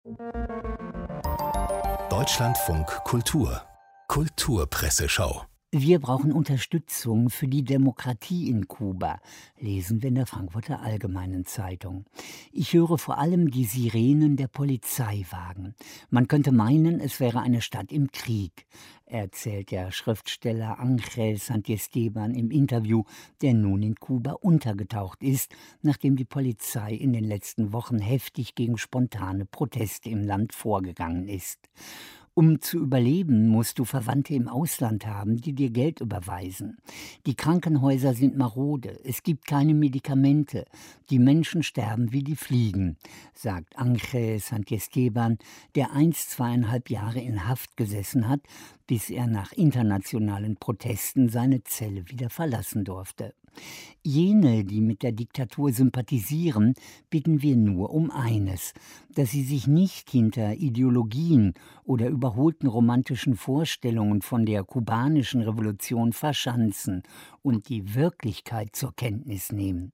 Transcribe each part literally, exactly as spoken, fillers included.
Deutschlandfunk Kultur Kulturpresseschau. Wir brauchen Unterstützung für die Demokratie in Kuba, lesen wir in der Frankfurter Allgemeinen Zeitung. Ich höre vor allem die Sirenen der Polizeiwagen. Man könnte meinen, es wäre eine Stadt im Krieg, erzählt der Schriftsteller Ángel Santiesteban im Interview, der nun in Kuba untergetaucht ist, nachdem die Polizei in den letzten Wochen heftig gegen spontane Proteste im Land vorgegangen ist. Um zu überleben, musst du Verwandte im Ausland haben, die dir Geld überweisen. Die Krankenhäuser sind marode, es gibt keine Medikamente, die Menschen sterben wie die Fliegen, sagt Ángel Santiesteban, der einst zweieinhalb Jahre in Haft gesessen hat, bis er nach internationalen Protesten seine Zelle wieder verlassen durfte. Jene, die mit der Diktatur sympathisieren, bitten wir nur um eines, dass sie sich nicht hinter Ideologien oder überholten romantischen Vorstellungen von der kubanischen Revolution verschanzen und die Wirklichkeit zur Kenntnis nehmen.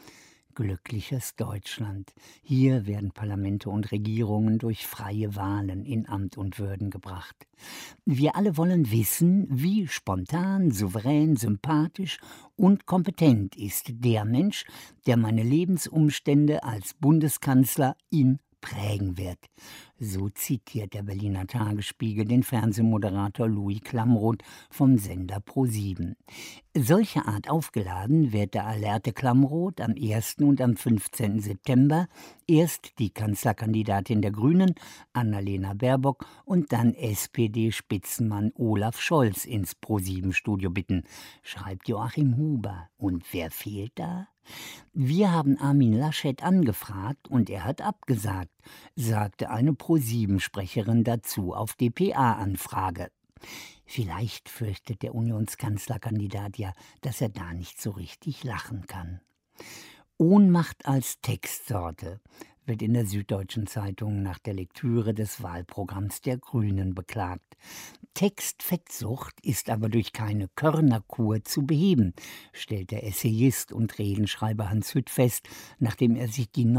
Glückliches Deutschland. Hier werden Parlamente und Regierungen durch freie Wahlen in Amt und Würden gebracht. Wir alle wollen wissen, wie spontan, souverän, sympathisch und kompetent ist der Mensch, der meine Lebensumstände als Bundeskanzler in prägen wird. So zitiert der Berliner Tagesspiegel den Fernsehmoderator Louis Klamroth vom Sender ProSieben. Solche Art aufgeladen wird der alerte Klamroth am ersten und am fünfzehnten September erst die Kanzlerkandidatin der Grünen, Annalena Baerbock, und dann S P D-Spitzenmann Olaf Scholz ins ProSieben-Studio bitten, schreibt Joachim Huber. Und wer fehlt da? Wir haben Armin Laschet angefragt und er hat abgesagt, sagte eine ProSieben-Sprecherin dazu auf D P A-Anfrage. Vielleicht fürchtet der Unionskanzlerkandidat ja, dass er da nicht so richtig lachen kann. Ohnmacht als Textsorte wird in der Süddeutschen Zeitung nach der Lektüre des Wahlprogramms der Grünen beklagt. Textfettsucht ist aber durch keine Körnerkur zu beheben, stellt der Essayist und Redenschreiber Hans Hütt fest, nachdem er sich die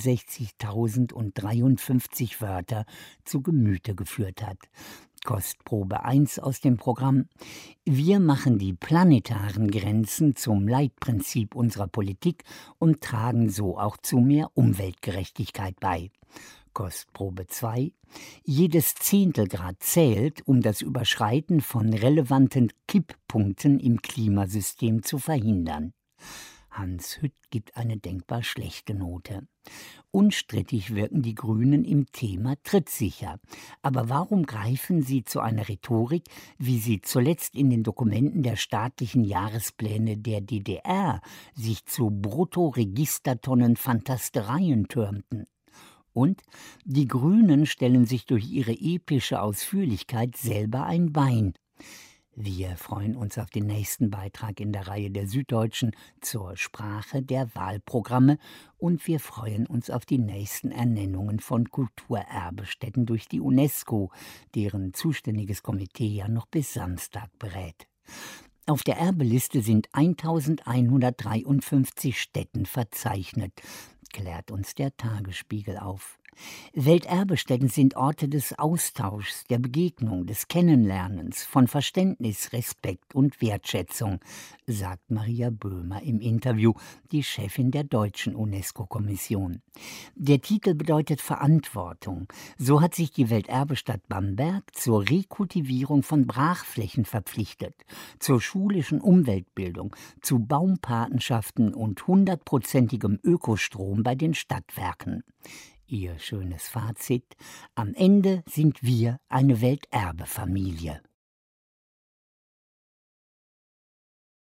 neunundsechzigtausenddreiundfünfzig Wörter zu Gemüte geführt hat. Kostprobe eins aus dem Programm. Wir machen die planetaren Grenzen zum Leitprinzip unserer Politik und tragen so auch zu mehr Umweltgerechtigkeit bei. Kostprobe zwei. Jedes Zehntelgrad zählt, um das Überschreiten von relevanten Kipppunkten im Klimasystem zu verhindern. Hans Hütt gibt eine denkbar schlechte Note. Unstrittig wirken die Grünen im Thema trittsicher. Aber warum greifen sie zu einer Rhetorik, wie sie zuletzt in den Dokumenten der staatlichen Jahrespläne der D D R sich zu Bruttoregistertonnen Fantastereien türmten? Und die Grünen stellen sich durch ihre epische Ausführlichkeit selber ein Bein. Wir freuen uns auf den nächsten Beitrag in der Reihe der Süddeutschen zur Sprache der Wahlprogramme und wir freuen uns auf die nächsten Ernennungen von Kulturerbestätten durch die UNESCO, deren zuständiges Komitee ja noch bis Samstag berät. Auf der Erbeliste sind eintausendeinhundertdreiundfünfzig Stätten verzeichnet, klärt uns der Tagesspiegel auf. Welterbestätten sind Orte des Austauschs, der Begegnung, des Kennenlernens, von Verständnis, Respekt und Wertschätzung, sagt Maria Böhmer im Interview, die Chefin der deutschen UNESCO-Kommission. Der Titel bedeutet Verantwortung. So hat sich die Welterbestadt Bamberg zur Rekultivierung von Brachflächen verpflichtet, zur schulischen Umweltbildung, zu Baumpatenschaften und hundertprozentigem Ökostrom bei den Stadtwerken. Ihr schönes Fazit: Am Ende sind wir eine Welterbefamilie.